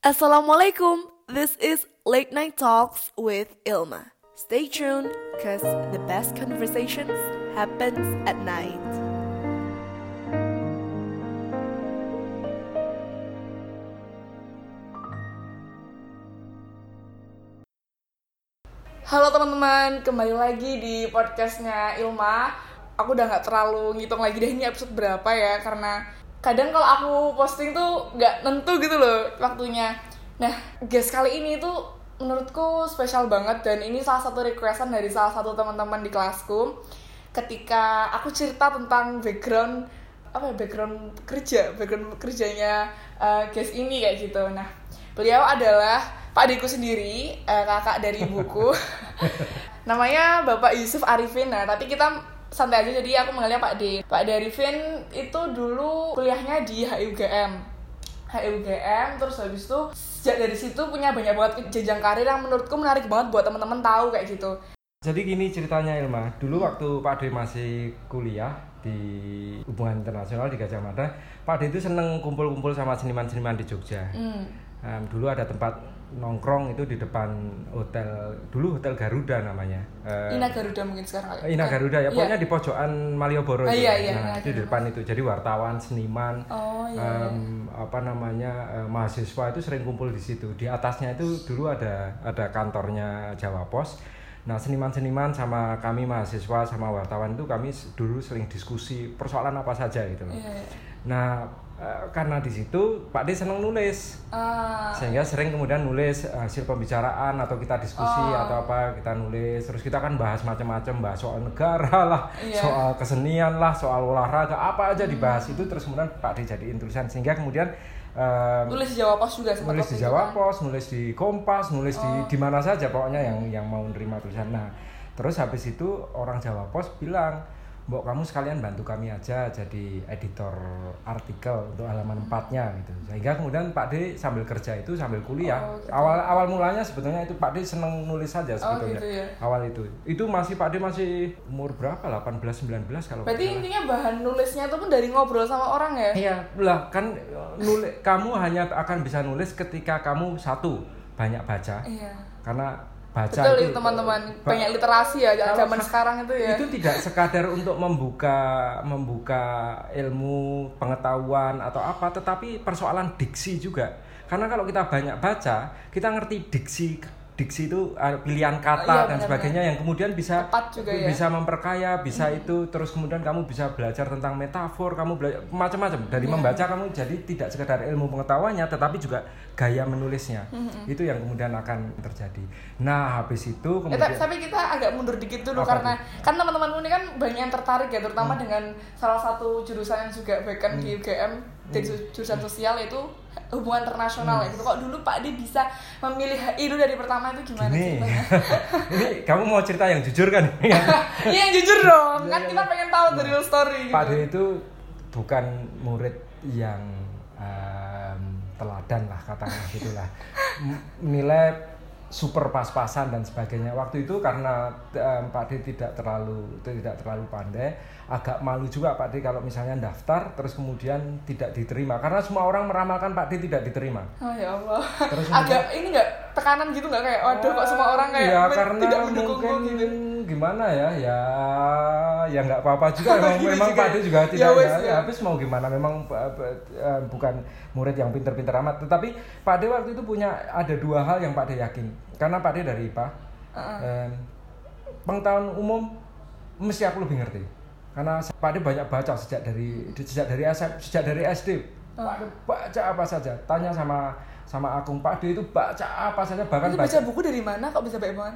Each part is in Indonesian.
Assalamualaikum. This is Late Night Talks with Ilma. Stay tuned, cause the best conversations happens at night. Halo teman-teman, kembali lagi di podcastnya Ilma. Aku udah gak terlalu ngitung lagi deh ini episode berapa ya, karena kadang kalau aku posting tuh gak nentu gitu loh waktunya. Nah, guys kali ini tuh menurutku spesial banget, dan ini salah satu requestan dari salah satu teman-teman di kelasku. Ketika aku cerita tentang background kerjanya guys ini kayak gitu. Nah, beliau adalah Pak Deku sendiri, kakak dari ibuku. Namanya Bapak Yusuf Arifin. Nah, tapi kita santai aja, jadi aku manggilnya Pak D. Pak D Arifin itu dulu kuliahnya di HIUGM, terus habis itu sejak dari situ punya banyak banget jenjang karir yang menurutku menarik banget buat teman-teman tahu kayak gitu. Jadi gini ceritanya Ilma, dulu waktu Pak D masih kuliah di hubungan internasional di Gajah Mada, Pak D itu seneng kumpul-kumpul sama seniman-seniman di Jogja. Dulu ada tempat nongkrong itu di depan hotel, dulu Hotel Garuda namanya. Ina Garuda mungkin sekarang. Ina Garuda ya, pokoknya di pojokan Malioboro itu. Iya, di depan itu. Jadi wartawan, seniman, mahasiswa itu sering kumpul di situ. Di atasnya itu dulu ada kantornya Jawa Pos. Nah, seniman-seniman sama kami mahasiswa sama wartawan itu kami dulu sering diskusi persoalan apa saja gitu loh. Nah, karena di situ Pak D seneng nulis, sehingga sering kemudian nulis hasil pembicaraan atau kita diskusi atau apa, kita nulis, terus kita kan bahas macam-macam, bahas soal negara lah, soal kesenian lah, soal olahraga, apa aja dibahas itu, terus kemudian Pak D jadiin tulisan, sehingga kemudian nulis di Jawa Pos juga, nulis di Jawa Pos, nulis di Kompas, nulis di mana saja pokoknya yang mau nerima tulisan. Nah, terus habis itu orang Jawa Pos bilang, "Mbok, kamu sekalian bantu kami aja jadi editor artikel untuk halaman 4-nya gitu." Sehingga kemudian Pak D sambil kerja itu sambil kuliah. Awal mulanya sebetulnya itu Pak D seneng nulis saja sebetulnya. Gitu ya? Awal itu masih Pak D masih umur berapa? 18 19 kalau. Berarti intinya bahan nulisnya itu pun dari ngobrol sama orang ya? Iya, lah kan kamu hanya akan bisa nulis ketika kamu satu banyak baca. Iya. Karena baca betul itu teman-teman, banyak literasi ya zaman sekarang itu ya. Itu tidak sekadar untuk membuka ilmu, pengetahuan atau apa, tetapi persoalan diksi juga. Karena kalau kita banyak baca, kita ngerti diksi itu pilihan kata dan sebagainya yang kemudian bisa juga bisa memperkaya, bisa itu, terus kemudian kamu bisa belajar tentang metafor, kamu belajar macam-macam dari membaca, kamu jadi tidak sekedar ilmu pengetahuannya tetapi juga gaya menulisnya. Itu yang kemudian akan terjadi. Nah, habis itu kemudian tapi kita agak mundur dikit dulu karena kan teman-temanmu ini kan banyak yang tertarik ya, terutama dengan salah satu jurusan yang juga bahkan di UGM, dari jurusan sosial, yaitu hubungan internasional ya gitu. Kok dulu Pak D bisa memilih itu dari pertama itu gimana ceritanya? Ini kamu mau cerita yang jujur kan? Iya, yang jujur dong. Kan kita pengen tahu the real story gitu. Pak D itu bukan murid yang teladan lah katakanlah gitulah. Nilai super pas-pasan dan sebagainya. Waktu itu karena Pak D tidak terlalu pandai, agak malu juga Pak D kalau misalnya daftar terus kemudian tidak diterima, karena semua orang meramalkan Pak D tidak diterima. Oh ya Allah. Terus agak ini enggak tekanan gitu, enggak kayak waduh kok semua orang kayak tidak mendukungku gitu. Gimana ya enggak apa-apa juga. memang Pak D juga tidak habis mau gimana, memang bukan murid yang pintar-pintar amat, tetapi Pak D waktu itu ada dua hal yang Pak D yakin. Karena Pak D dari IPA, pengetahuan umum mesti aku lebih ngerti. Karena Pak D banyak baca sejak dari SD. Pak D baca apa saja. Tanya sama Agung, Pak D itu baca apa saja, bahkan baca buku dari mana kok bisa banyak banget?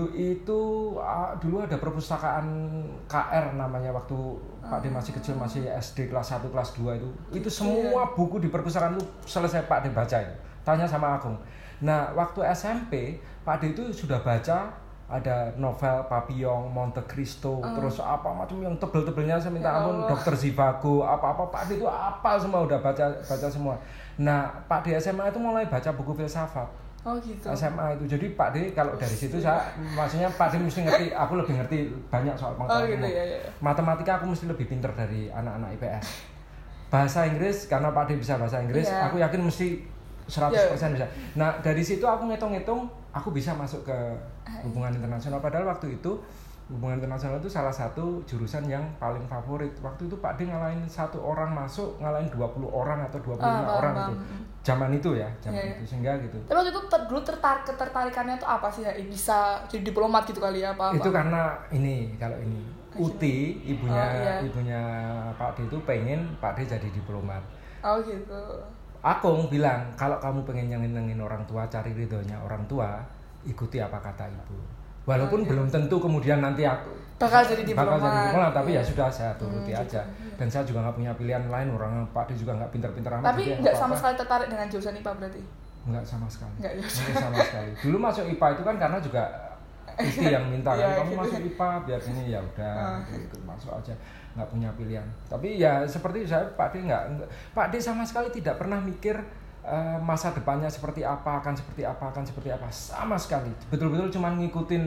Dulu ada perpustakaan KR namanya, waktu Pak D masih kecil, masih SD kelas 1 kelas 2 itu semua buku di perpustakaan itu selesai Pak D baca itu. Tanya sama Agung. Nah, waktu SMP Pak D itu sudah baca, ada novel Papillon, Monte Cristo, terus apa macam yang tebel-tebelnya saya minta ampun, Dr. Zhivago, apa-apa Pak D itu apa semua, udah baca semua. Nah, Pak D SMA itu mulai baca buku filsafat. Oh gitu. SMA itu. Jadi Pak D kalau dari situ maksudnya Pak D mesti ngerti, aku lebih ngerti banyak soal pengetahuan. Gitu, ya. Matematika aku mesti lebih pintar dari anak-anak IPS. Bahasa Inggris, karena Pak D bisa bahasa Inggris, aku yakin mesti 100% bisa. Nah dari situ aku ngitung-ngitung aku bisa masuk ke hubungan internasional, padahal waktu itu hubungan internasional itu salah satu jurusan yang paling favorit. Waktu itu Pak D ngalahin 1 orang masuk, ngalahin 20 orang atau 25 orang itu. Zaman itu ya, itu sehingga gitu. Tapi waktu itu dulu ketertarikannya tuh apa sih? Bisa jadi diplomat gitu kali ya apa? Itu karena kalau ini Uti, ibunya Pak D itu pengen Pak D jadi diplomat. Oh gitu. Aku bilang, kalau kamu pengen nyenengin orang tua, cari ridhonya orang tua, ikuti apa kata ibu. Walaupun belum tentu kemudian nanti aku bakal jadi diplomat, tapi ya sudah saya turuti aja. Dan saya juga nggak punya pilihan lain, orang Pak D juga nggak pintar-pintar amat. Tapi nggak sama sekali tertarik dengan jurusan IPA berarti? Nggak sama sekali. Nggak sama sekali. Dulu masuk IPA itu kan karena juga Isti yang minta kan, kamu masuk IPA biar ini, ya udah gitu, masuk aja, nggak punya pilihan. Tapi ya seperti saya, Pak D sama sekali tidak pernah mikir masa depannya seperti apa, akan seperti apa sama sekali. Betul-betul cuma ngikutin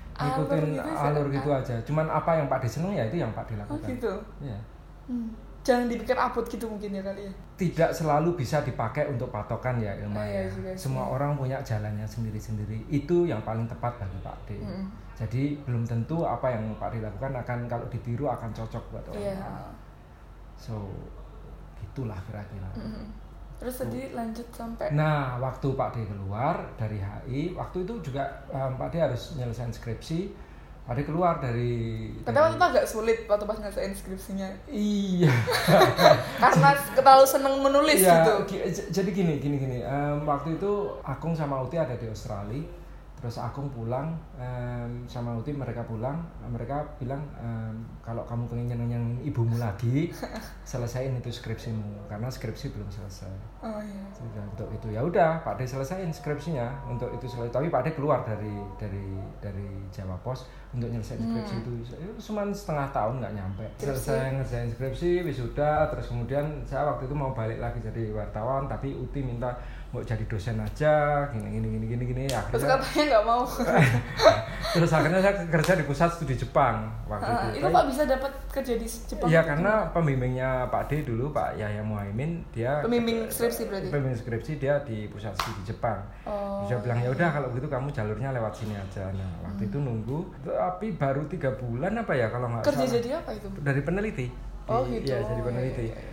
alur gitu aja. Cuman apa yang Pak D seneng ya itu yang Pak D lakukan. Oh gitu. Ya. Jangan dipikir abot gitu mungkin ya kali ya. Tidak selalu bisa dipakai untuk patokan ya Ilma ya. Semua orang punya jalannya sendiri-sendiri. Itu yang paling tepat bagi Pak D. Jadi belum tentu apa yang Pak D lakukan akan kalau ditiru akan cocok buat orang. So gitulah kira-kira. Terus tadi lanjut sampai. Nah, waktu Pak D keluar dari HI, waktu itu juga Pak D harus nyelesain skripsi. Pak D keluar dari. Tapi waktu itu agak sulit waktu pas nyelesain skripsinya. Iya. Karena terlalu seneng menulis ya, gitu. Jadi gini. Waktu itu Akung sama Uti ada di Australia. Terus Akung pulang sama Uti, mereka pulang, mereka bilang kalau kamu pengen nyenengin ibumu lagi, selesaiin itu skripsimu karena skripsi belum selesai. Oh iya. Untuk itu ya udah Pak D selesaiin skripsinya untuk itu selesai. Tapi Pak D keluar dari Jawa Pos untuk nyelesain skripsi itu cuma setengah tahun nggak nyampe. Selesai ngerjain skripsi, wisuda, terus kemudian saya waktu itu mau balik lagi jadi wartawan, tapi Uti minta mau jadi dosen aja, gini. Akhirnya, terus katanya nggak mau. Terus akhirnya saya kerja di pusat studi Jepang waktu itu. Itu kok bisa dapat kerja di Jepang? Ya karena pembimbingnya Pak D dulu, Pak Yahya Muhaimin, dia pembimbing skripsi berarti. Pembimbing skripsi dia di pusat studi Jepang. Dia bilang ya udah kalau begitu kamu jalurnya lewat sini aja. Nah waktu itu nunggu, tapi baru 3 bulan apa ya kalau nggak salah. Kerja jadi apa itu? Dari peneliti. Gitu. Iya jadi peneliti. Iya.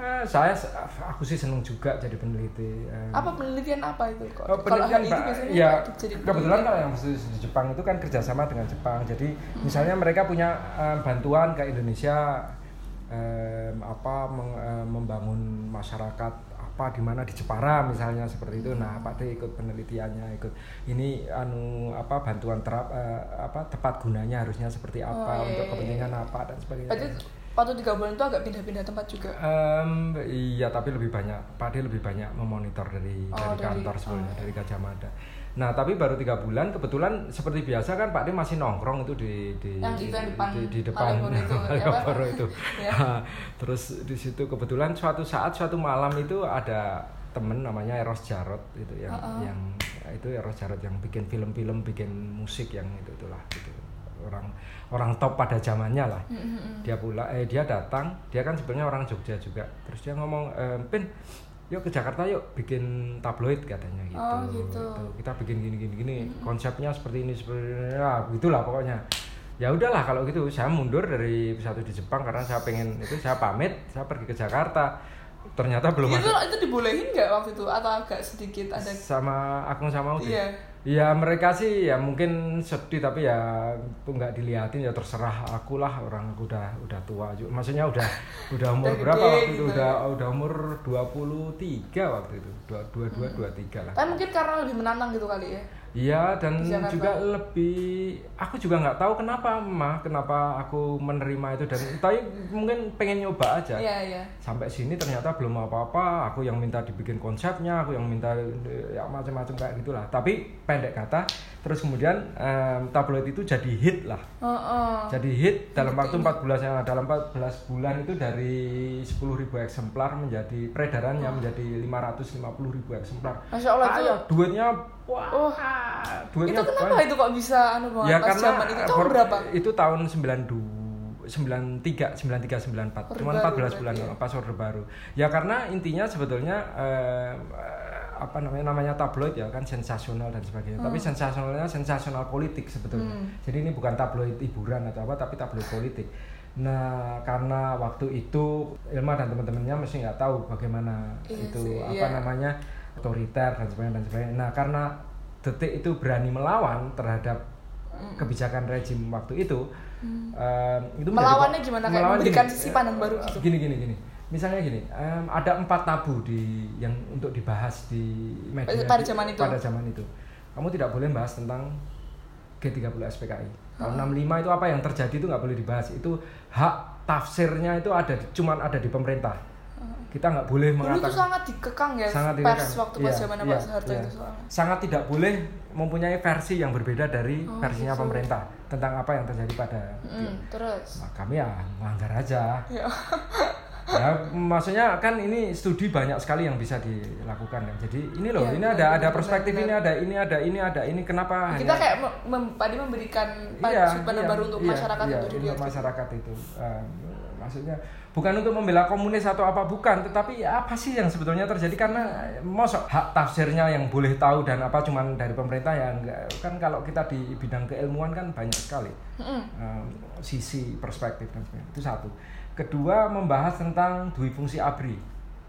Aku sih seneng juga jadi peneliti. Apa penelitian apa itu kok? Penelitian itu biasanya ya kebetulan kalau yang di Jepang itu kan kerjasama dengan Jepang. Jadi misalnya mereka punya bantuan ke Indonesia membangun masyarakat apa di mana di Jepara misalnya seperti itu. Nah Pak D ikut penelitiannya, ikut ini bantuan tepat gunanya harusnya seperti apa untuk kepentingan apa dan sebagainya. Waktu 3 bulan itu agak pindah-pindah tempat juga. Iya, tapi lebih banyak Pak D lebih banyak memonitor dari kantor sebenarnya, dari Gajah Mada. Nah, tapi baru 3 bulan kebetulan seperti biasa kan Pak D masih nongkrong itu di depan Malioboro itu. Ya. Terus di situ kebetulan suatu malam itu ada temen namanya Eros Jarot itu yang itu Eros Jarot yang bikin film-film, bikin musik yang itulah gitu. Orang top pada zamannya lah. Dia datang, dia kan sebenarnya orang Jogja juga. Terus dia ngomong, "Pin, yuk ke Jakarta yuk bikin tabloid," katanya gitu. Gitu. Kita bikin gini. Konsepnya seperti ini ya gitulah pokoknya. Ya udahlah kalau gitu saya mundur dari satu di Jepang karena saya pengen itu, saya pamit, saya pergi ke Jakarta. Ternyata belum ada. Itu dibolehin nggak waktu itu atau agak sedikit ada sama Akung sama Uti? Iya. Ya mereka sih ya mungkin sedih tapi ya nggak diliatin, ya terserah aku lah, orang aku udah tua juga. Maksudnya udah umur berapa waktu itu? Gitu. Udah umur 23 waktu itu. 23 lah. Tapi mungkin karena lebih menantang gitu kali ya. Iya, dan juga lebih, aku juga nggak tahu kenapa aku menerima itu, dan tapi mungkin pengen nyoba aja. Iya. Sampai sini ternyata belum apa-apa, aku yang minta dibikin konsepnya, aku yang minta ya macam-macam kayak gitulah. Tapi pendek kata, terus kemudian tabloid itu jadi hit lah. Jadi hit dalam waktu 14 bulan itu dari 10.000 eksemplar menjadi peredarannya menjadi 550.000 eksemplar. Masya Allah itu duitnya duitnya itu kenapa itu kok bisa ya pas karena zaman itu tahun berapa? Itu tahun 93 94. Cuma 14 bulan pas Orde Baru. Ya karena intinya sebetulnya apa namanya tabloid ya kan, sensasional dan sebagainya. Tapi sensasionalnya sensasional politik sebetulnya. Jadi ini bukan tabloid hiburan atau apa, tapi tabloid politik. Nah, karena waktu itu Ilma dan teman-temannya mesti nggak tahu bagaimana namanya otoriter dan sebagainya. Nah, karena Detik itu berani melawan terhadap kebijakan rejim waktu itu, itu melawannya gimana, kayak memberikan sisi pandang baru gitu. Gini. Misalnya gini, ada 4 tabu yang untuk dibahas di media pada zaman itu. Kamu tidak boleh bahas tentang G30 SPKI. Tahun 65 itu apa yang terjadi itu nggak boleh dibahas. Itu hak tafsirnya itu cuman ada di pemerintah. Kita nggak boleh mengatakan. Dulu itu sangat dikekang ya, pers waktu pas zaman Pak Soeharto itu soalnya. Sangat tidak boleh mempunyai versi yang berbeda dari versinya pemerintah tentang apa yang terjadi pada dia. Terus? Nah, kami ya melanggar aja. Ya, maksudnya kan ini studi banyak sekali yang bisa dilakukan kan. Jadi ini loh, ini ada perspektif, ini ada ini kenapa kita hanya kayak memberikan sudut pandang baru untuk masyarakat untuk dilihat. Untuk masyarakat itu. Maksudnya bukan untuk membela komunis atau apa, bukan, tetapi apa sih yang sebetulnya terjadi, karena mosok hak tafsirnya yang boleh tahu dan apa cuman dari pemerintah ya enggak. Kan kalau kita di bidang keilmuan kan banyak sekali sisi perspektif dan sebagainya. Itu satu. Kedua, membahas tentang dui fungsi ABRI.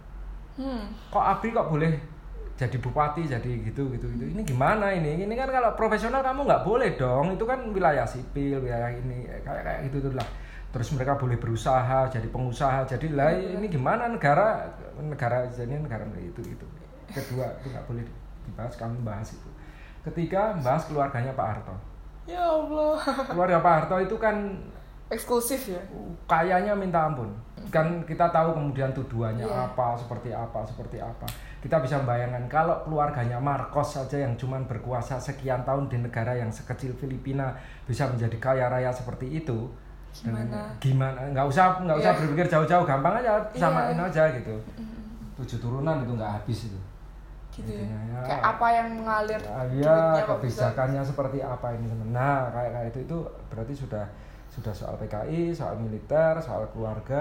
Kok ABRI kok boleh jadi bupati, jadi gitu. Ini gimana ini? Ini kan kalau profesional kamu nggak boleh dong. Itu kan wilayah sipil, wilayah ini kayak gitu lah. Terus mereka boleh berusaha, jadi pengusaha. Jadi lah ini gimana negara jadi negara itu. Kedua, itu nggak boleh dibahas. Kami bahas itu. Ketiga, bahas keluarganya Pak Harto. Ya Allah. Keluarga Pak Harto itu kan eksklusif ya, kayaknya minta ampun. Kan kita tahu kemudian tuduhannya seperti apa. Kita bisa membayangkan kalau keluarganya Marcos saja yang cuman berkuasa sekian tahun di negara yang sekecil Filipina bisa menjadi kaya raya seperti itu. Gimana? Nggak usah berpikir jauh-jauh, gampang aja samain aja gitu. 7 turunan itu nggak habis itu. Gitu ya. Kayak apa yang mengalir? Kebijakannya seperti apa ini. Nah, kayak itu berarti sudah soal PKI, soal militer, soal keluarga.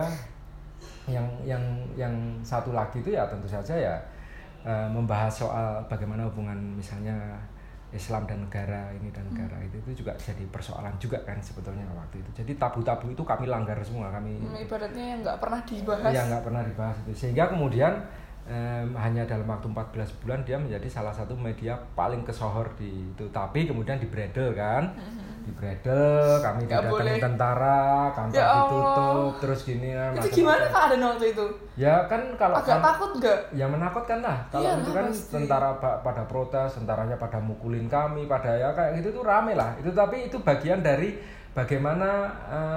Yang satu lagi itu ya tentu saja ya membahas soal bagaimana hubungan misalnya Islam dan negara ini dan negara itu juga jadi persoalan juga kan sebetulnya waktu itu. Jadi tabu-tabu itu kami langgar semua, kami ibaratnya yang nggak pernah dibahas. Iya, nggak pernah dibahas itu. Sehingga kemudian hanya dalam waktu 14 bulan dia menjadi salah satu media paling kesohor di itu. Tapi kemudian dibredel kan. Dibredel, kami didatangi tentara, kantor ditutup, terus gini. Itu gimana Kak ada waktu itu? Ya kan kalau agak takut nggak? Ya menakutkan lah. Kalau itu kan pasti. Tentara pada protes, tentaranya pada mukulin kami, pada ya kayak gitu tuh rame lah. Itu tapi itu bagian dari bagaimana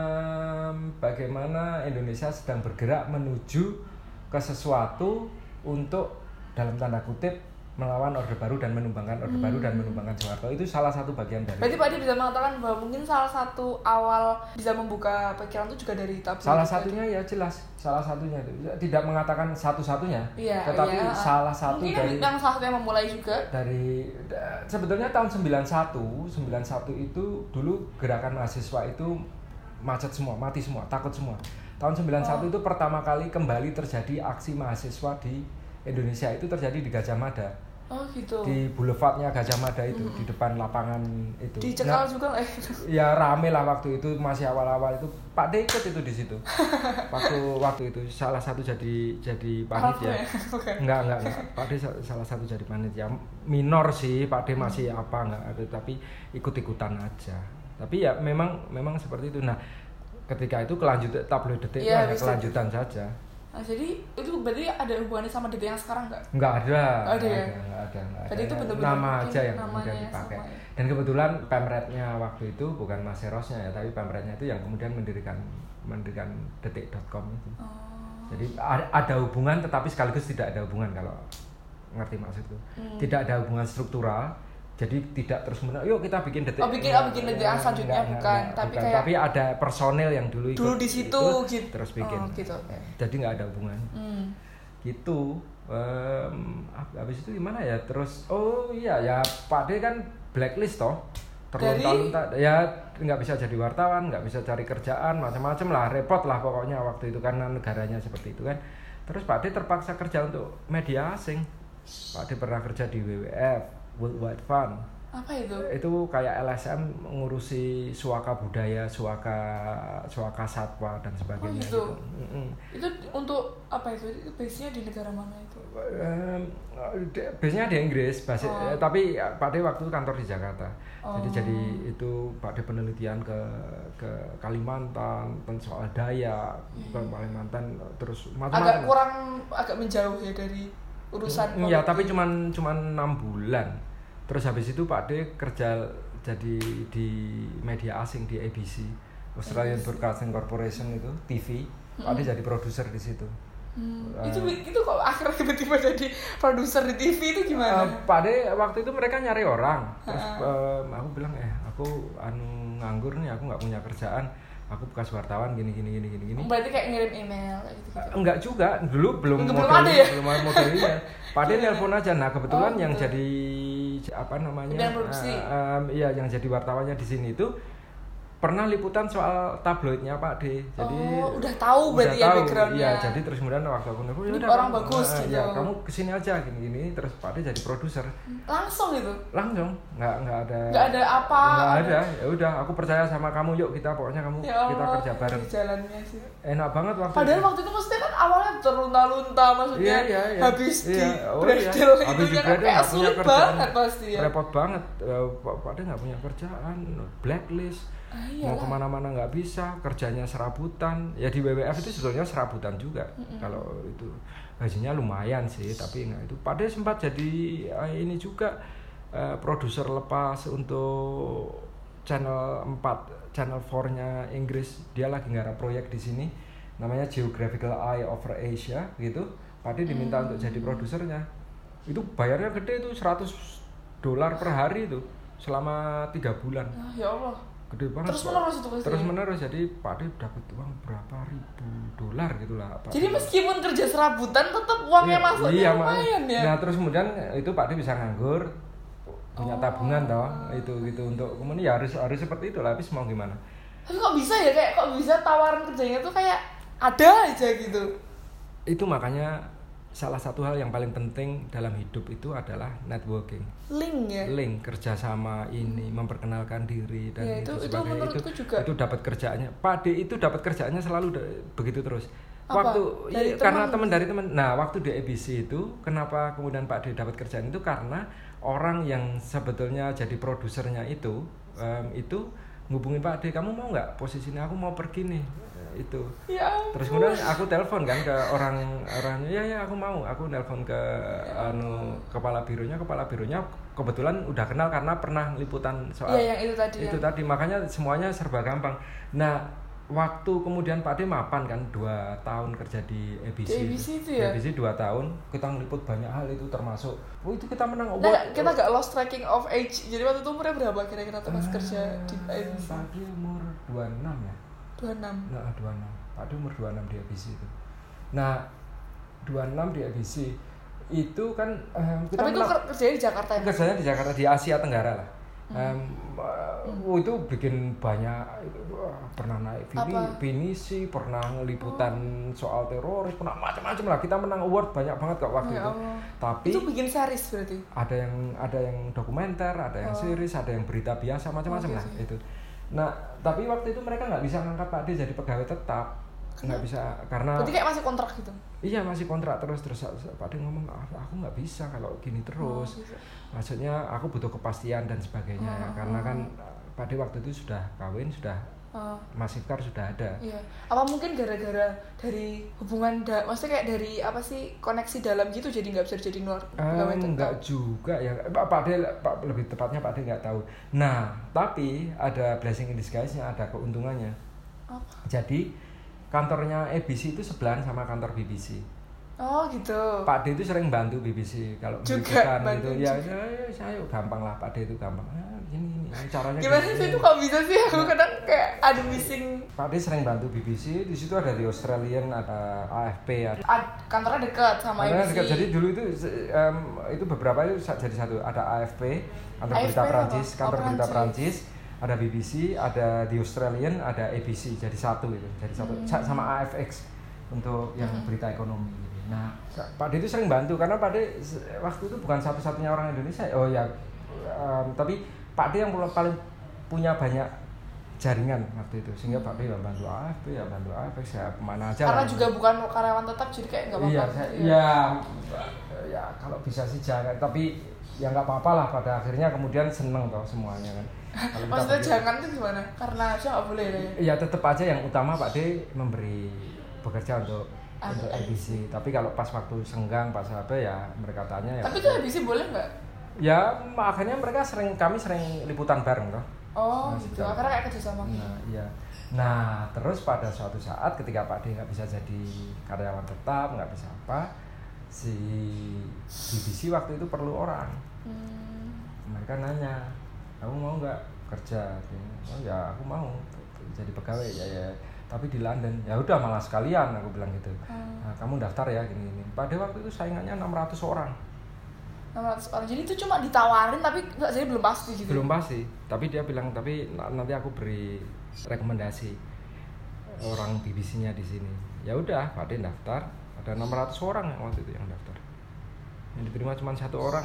Indonesia sedang bergerak menuju ke sesuatu untuk dalam tanda kutip melawan Orde Baru dan menumbangkan Orde Baru dan menumbangkan Soeharto. Itu salah satu bagian dari. Berarti Pak Adi bisa mengatakan bahwa mungkin salah satu awal bisa membuka pikiran itu juga dari tabloid. Salah satunya ya jelas, salah satunya itu. Tidak mengatakan satu-satunya, tetapi salah satu mungkin dari yang salah satu yang memulai juga. Dari sebetulnya tahun 91 itu dulu gerakan mahasiswa itu macet semua, mati semua, takut semua. Tahun 91 itu pertama kali kembali terjadi aksi mahasiswa di Indonesia, itu terjadi di Gajah Mada. Oh gitu. Di boulevardnya Gajah Mada itu, di depan lapangan itu. Dicekal juga ya rame lah waktu itu, masih awal-awal itu. Pak D ikut itu di situ. waktu itu salah satu jadi panitia. Enggak. Pak D salah satu jadi panitia. Minor sih, Pak D masih enggak ada, tapi ikut-ikutan aja. Tapi ya memang seperti itu. Nah, ketika itu kelanjutan tabloid Detik itu hanya kelanjutan saja. Nah, jadi itu berarti ada hubungannya sama Detik yang sekarang nggak? Nggak ada. Nggak ada. Jadi itu benar-benar nama aja yang kemudian dipakai. Ya. Dan kebetulan pemretnya waktu itu bukan Mas Erosnya ya, tapi pemretnya itu yang kemudian mendirikan detik.com itu. Jadi ada hubungan tetapi sekaligus tidak ada hubungan, kalau ngerti maksudku. Tidak ada hubungan struktural. Jadi tidak terus yuk kita bikin Detik. Bikin Detik yang selanjutnya bukan. Tapi ada personel yang dulu di situ gitu. Terus bikin. Gitu. Jadi nggak ada hubungan. Gitu. Habis itu gimana ya? Terus ya Pak D kan blacklist toh. Terlunta-lunta ya nggak bisa jadi wartawan, nggak bisa cari kerjaan, macam-macam lah, repot lah pokoknya waktu itu karena negaranya seperti itu kan. Terus Pak D terpaksa kerja untuk media asing. Pak D pernah kerja di WWF, World Wide Fund. Apa itu? Itu kayak LSM ngurusi suaka budaya, suaka satwa dan sebagainya. Gitu. Itu untuk apa itu? Itu base-nya di negara mana itu? Base-nya di Inggris, tapi Pak D waktu itu kantor di Jakarta. Jadi itu Pak D penelitian ke Kalimantan, soal Dayak, ke Kalimantan, terus macam-macam. Agak menjauh ya dari urusan politik. Iya, tapi cuman 6 bulan. Terus habis itu Pak D kerja jadi di media asing di ABC, Australian Broadcasting Corporation itu TV. Pak D jadi produser di situ. Itu kok akhirnya tiba-tiba jadi produser di TV itu gimana? Pak D waktu itu mereka nyari orang. Terus aku bilang aku nganggur nih, aku nggak punya kerjaan. Aku bekas wartawan gini. Berarti kayak ngirim email kayak gitu. Enggak juga, dulu belum ada ya? Belum ada modelnya. Pak D nelpon aja. Nah, kebetulan yang jadi apa namanya? Yang jadi wartawannya di sini itu pernah liputan soal tabloidnya Pak D. Jadi udah tahu berarti ya backgroundnya. Iya, jadi terus kemudian waktu aku nelpon udah orang bagus gitu. Ya, kamu kesini aja gini terus Pak D jadi produser. Langsung itu? Langsung, nggak ada. Nggak ada apa? Nggak ada. Ya udah, aku percaya sama kamu, yuk kita pokoknya kita kerja bareng. Jalannya sih. Enak banget waktu. Padahal waktu itu maksudnya kan awalnya terlunta-lunta maksudnya. Iya. Habis di bredel itu kan kayak sulit banget pasti ya. Repot banget. Pak D nggak punya kerjaan, blacklist. Mau kemana-mana nggak bisa, kerjanya serabutan. Ya di WWF itu sebetulnya serabutan juga. Kalau itu gajinya lumayan sih, tapi nggak itu. Pak D sempat jadi ini juga produser lepas untuk Channel 4, Channel 4-nya Inggris. Dia lagi ngarap proyek di sini, namanya Geographical Eye Over Asia gitu. Pak D diminta untuk jadi produsernya. Itu bayarnya gede tuh, $100 per hari itu selama 3 bulan. Ya Allah. Gede banget. Terus menerus jadi Pak D dapat uang berapa $1,000 gitulah. Jadi meskipun kerja serabutan tetap uangnya masuknya lumayan ya. Nah, terus kemudian itu Pak D bisa nganggur, punya tabungan toh, itu gitu untuk kemudian ya harus seperti itulah, habis mau gimana. Tapi kok bisa ya, kayak kok bisa tawaran kerjanya tuh kayak ada aja gitu. Itu makanya salah satu hal yang paling penting dalam hidup itu adalah networking. Link kerjasama ini, memperkenalkan diri dan ya, itu menurutku juga. Itu dapat kerjaannya. Pak D itu dapat kerjaannya selalu begitu terus. Apa? Karena teman dari teman. Nah, waktu di ABC itu kenapa kemudian Pak D dapat kerjaan itu karena orang yang sebetulnya jadi produsernya itu ngubungin Pak D, kamu mau nggak posisinya, aku mau pergi nih. Itu. Ya, terus kemudian aku telepon kan ke orangnya, ya aku mau, aku telepon ke kepala bironya kebetulan udah kenal karena pernah liputan soal yang itu tadi makanya semuanya serba gampang. Nah, waktu kemudian Pak D mapan kan 2 tahun kerja di ABC. Itu ya? ABC 2 tahun kita ngeliput banyak hal itu termasuk itu kita menang award. Nah, kita gak lost tracking of age. Jadi waktu itu umurnya berapa kira-kira pas kerja di ABC? Pak D umur 26 ya. 26. Nah, 26. Pak D umur 26 di ABC itu. Nah, 26 di ABC itu kan tapi itu kerjanya di Jakarta ya? Kerjanya di Jakarta, di Asia Tenggara lah. Itu bikin banyak, pernah naik Finisi, pernah ngeliputan soal teroris, pernah macam-macam lah. Kita menang award banyak banget kok waktu itu. Tapi itu bikin series berarti? Ada yang dokumenter, ada yang series, ada yang berita biasa, macam-macam lah itu. Nah, tapi waktu itu mereka nggak bisa ngangkat Pak D jadi pegawai tetap. Nggak bisa karena. Berarti kayak masih kontrak gitu? Iya, masih kontrak terus Pak D ngomong, aku nggak bisa kalau gini terus. Maksudnya aku butuh kepastian dan sebagainya ya, karena kan Pak D waktu itu sudah kawin, sudah Mas Ifkar sudah ada. Iya. Apa mungkin gara-gara dari hubungan maksudnya kayak dari apa sih koneksi dalam gitu jadi nggak bisa jadi luar pegawai tetap? Enggak juga ya. Pak D lebih tepatnya Pak D nggak tahu. Nah, tapi ada blessing in disguise-nya, ada keuntungannya. Apa? Jadi kantornya ABC itu sebelahan sama kantor BBC. Oh gitu. Pak D itu sering bantu BBC kalau juga gitu. Ya saya gampang lah, Pak D itu gampang. Ini caranya. Gimana sih itu kok bisa sih? Aku kadang kayak ada missing. Pak D sering bantu BBC. Di situ ada The Australian, ada AFP, ada. Kantornya dekat sama ABC. Dekat. Jadi dulu itu beberapa itu jadi satu. Ada AFP, kantor berita Perancis, kantor berita Perancis. Ada BBC, ada The Australian, ada ABC. Jadi satu itu. Jadi satu sama AFX untuk yang berita ekonomi. Nah, Pak D itu sering bantu karena Pak D waktu itu bukan satu-satunya orang Indonesia. Oh ya, tapi Pak D yang paling punya banyak jaringan waktu itu, sehingga Pak D ya bantu AFP, ya bantu AFP, saya kemana aja. Karena juga bukan karyawan tetap, jadi kayak nggak apa-apa. Ya kalau bisa sih jangan, tapi ya nggak apa-apa lah. Pada akhirnya kemudian seneng toh semuanya kan. Maksudnya jangan tuh gimana? Karena aja nggak boleh ya? Ya tetap aja yang utama Pak D memberi bekerja untuk ABC. Tapi kalau pas waktu senggang, pas apa ya mereka tanya ya. Tapi itu ABC boleh nggak? Ya akhirnya kami sering liputan bareng toh. Oh gitu, karena kayak kerjasama. Nah iya. Nah terus pada suatu saat ketika Pak D nggak bisa jadi karyawan tetap, nggak bisa apa, si BBC waktu itu perlu orang. Mereka nanya, kamu mau nggak kerja? Oh ya aku mau jadi pegawai ya. Tapi di London. Ya udah malah sekalian aku bilang gitu. Nah, kamu daftar ya gini. Pada waktu itu saingannya 600 orang. 600 orang. Jadi itu cuma ditawarin tapi nggak, jadi belum pasti gitu. Belum pasti. Tapi dia bilang tapi nanti aku beri rekomendasi orang BBC-nya di sini. Ya udah, Pak D daftar. Ada 600 orang waktu itu yang daftar. Yang diterima cuma 1 orang.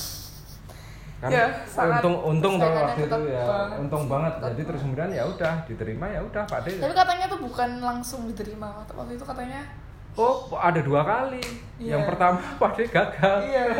Kan ya, untung tuh waktu itu ya banget. Untung banget. Jadi terus kemudian ya udah diterima, ya udah Pak D. Tapi katanya tuh bukan langsung diterima. Waktu itu katanya ada 2 kali. Yang pertama Pak D gagal.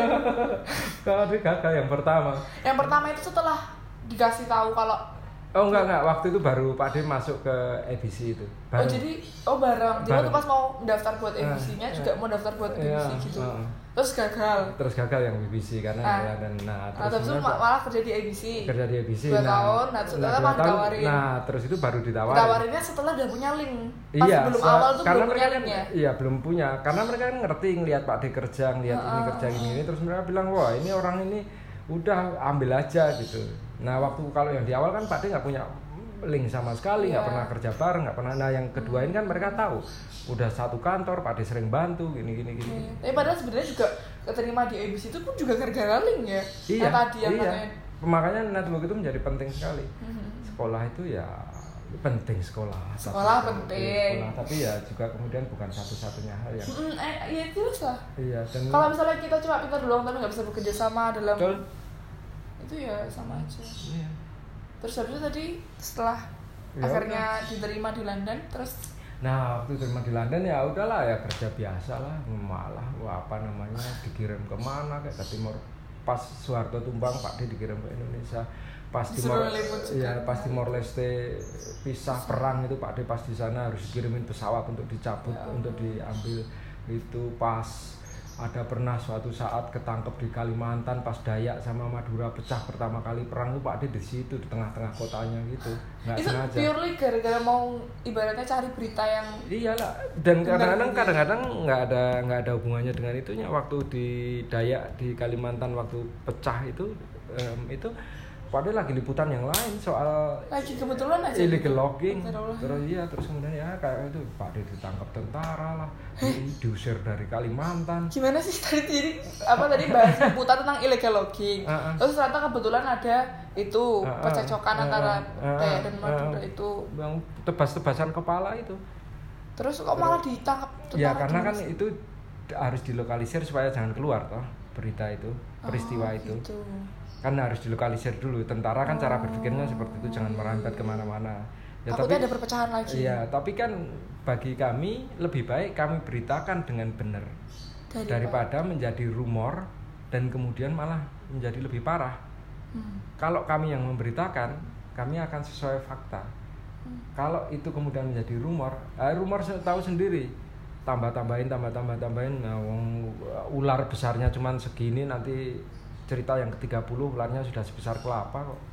Pak D gagal yang pertama. Yang pertama itu setelah dikasih tahu kalau enggak. Waktu itu baru Pak D masuk ke ABC itu. Bareng. Bareng. Jadi waktu pas mau daftar buat ABC-nya juga mau daftar buat BBC gitu. Terus gagal yang BBC karena terus malah kerja di ABC. 2 tahun, setelah malah ditawarin. Terus itu baru ditawarin. Ditawarinnya setelah udah punya link. Pas belum awal tuh belum punya linknya. Iya, belum punya. Karena mereka kan ngerti ngelihat Pak D kerja, ngelihat ini kerja ini, terus mereka bilang, "Wah, ini orang ini udah ambil aja gitu." Nah, waktu kalau yang di awal kan Pak D nggak punya link sama sekali, nggak pernah kerja bareng, nggak pernah. Nah, yang kedua ini kan mereka tahu udah satu kantor, Pak D sering bantu gini. Tapi padahal sebenarnya juga keterima di ABC itu pun juga gara-gara link ya. Iya. Tadi yang Makanya network itu menjadi penting sekali. Sekolah itu ya penting sekolah penting. Tapi ya juga kemudian bukan satu-satunya hal yang. Iya jelas lah. Iya. Dan kalau misalnya kita cuma pintar doang tapi nggak bisa bekerja sama dalam itu ya sama aja. Iya. Terus habis itu tadi setelah akhirnya diterima di London terus. Nah waktu diterima di London ya udahlah ya kerja biasa lah, malah dikirim kemana kayak ke Timor. Pas Soeharto tumbang Pak D dikirim ke Indonesia. Pas Timor Leste pisah perang itu Pak D pas di sana harus dikirimin pesawat untuk dicabut untuk diambil itu. Pas ada pernah suatu saat ketangkep di Kalimantan pas Dayak sama Madura pecah pertama kali perang itu Pak D di situ di tengah-tengah kotanya gitu. Nggak itu sengaja. Purely gara-gara mau ibaratnya cari berita yang iyalah, dan kadang-kadang nggak ada hubungannya dengan itunya. Waktu di Dayak di Kalimantan waktu pecah itu Pak D lagi liputan yang lain soal lagi kebetulan aja illegal logging. Terus kemudian ya kayak itu Pak D ditangkap tentara lah, diusir dari Kalimantan. Gimana sih tadi bahas liputan tentang illegal logging. Terus ternyata kebetulan ada itu percekcokan antara Dayak dan Madura itu. Yang tebas-tebasan kepala itu. Terus kok malah ditangkap tentara? Ya karena kan itu harus dilokalisir supaya jangan keluar toh berita itu, peristiwa itu. Gitu. Kan harus dilokalisir dulu. Tentara kan cara berpikirnya seperti itu, jangan merambat kemana-mana. Ya, tapi ada perpecahan lagi. Iya, tapi kan bagi kami lebih baik kami beritakan dengan benar daripada menjadi rumor dan kemudian malah menjadi lebih parah. Kalau kami yang memberitakan, kami akan sesuai fakta. Kalau itu kemudian menjadi rumor tahu sendiri. Tambah-tambahin. Nah, ular besarnya cuman segini, nanti cerita yang ke-30 ularnya sudah sebesar kelapa kok.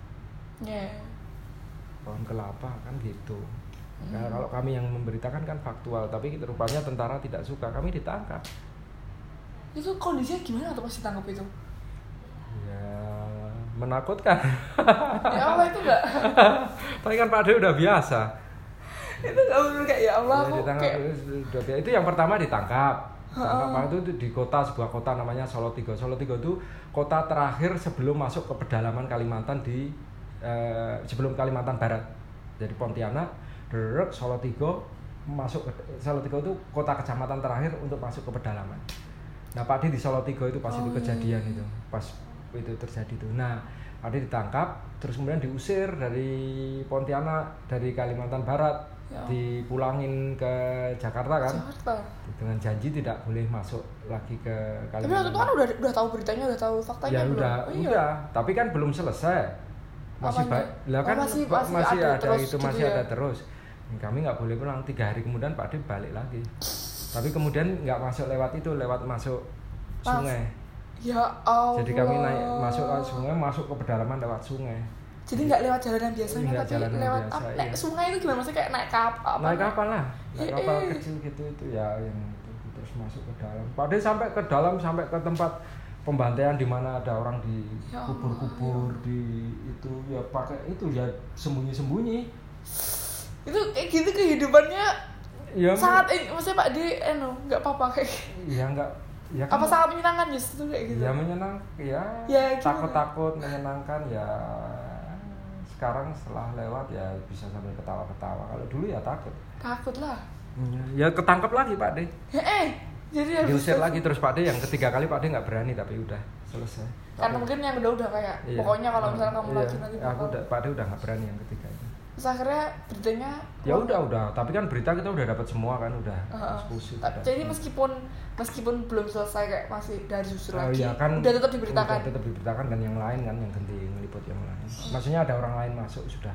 Pohon kelapa kan gitu. Nah, kalau kami yang memberitakan kan faktual, tapi rupanya tentara tidak suka, kami ditangkap. Itu kondisinya gimana tuh pas ditangkap itu? Ya menakutkan. Ya Allah itu enggak. Tapi kan Pak D udah biasa. Itu enggak bener kayak ya Allah itu yang pertama ditangkap. Itu di sebuah kota namanya Solotigo. Solotigo itu kota terakhir sebelum masuk ke pedalaman Kalimantan sebelum Kalimantan Barat. Jadi Pontianak, Solotigo, masuk ke Solotigo itu kota kecamatan terakhir untuk masuk ke pedalaman. Nah Pak D di Solotigo itu pas itu kejadian itu, pas itu terjadi itu. Nah Pak D ditangkap, terus kemudian diusir dari Pontianak, dari Kalimantan Barat, dipulangin ke Jakarta kan, dengan janji tidak boleh masuk lagi ke Kalimantan. Tapi waktu itu kan udah tahu beritanya, udah tahu faktanya ya belum? Udah, tapi kan belum selesai, masih baik, lah kan masih ada terus itu, masih ada terus. Kami nggak boleh pulang, 3 hari kemudian Pak D balik lagi. Tapi kemudian nggak masuk lewat itu, lewat masuk sungai. Ya Allah. Jadi kami masuk sungai, masuk ke pedalaman lewat sungai. Jadi nggak lewat jalan biasanya, tapi jalanan lewat biasa, naik sungai itu gimana? Maksudnya kayak naik kapal? Naik kapal lah, naik kapal kecil gitu itu ya, yang itu, terus masuk ke dalam. Pak D sampai ke dalam, sampai ke tempat pembantaian di mana ada orang dikubur-kubur di itu, ya pakai itu ya sembunyi-sembunyi. Itu kayak gitu kehidupannya. Ya, sangat maksudnya Pak D nggak apa-apa kayak. Ya nggak. Ya kan, apa sangat menyenangkan justru kayak gitu? Ya menyenang, ya takut-takut menyenangkan ya. Sekarang setelah lewat ya bisa sambil ketawa-ketawa. Kalau dulu ya takut. Takut lah. Ya ketangkep lagi Pak D. Jadi diusir lagi terus Pak D, yang ketiga kali Pak D nggak berani tapi udah selesai. Karena mungkin yang kedua udah kayak pokoknya kalau misalnya kamu lagi nanti Pak D udah nggak berani yang ketiga itu. Terus akhirnya beritanya ya udah, tapi kan berita kita udah dapat semua kan, udah diskusi. Jadi meskipun belum selesai kayak masih dari susur lagi, kan, udah tetap diberitakan. Udah tetap diberitakan, dan yang lain kan yang ganti ngeliput yang lain. Maksudnya ada orang lain masuk sudah.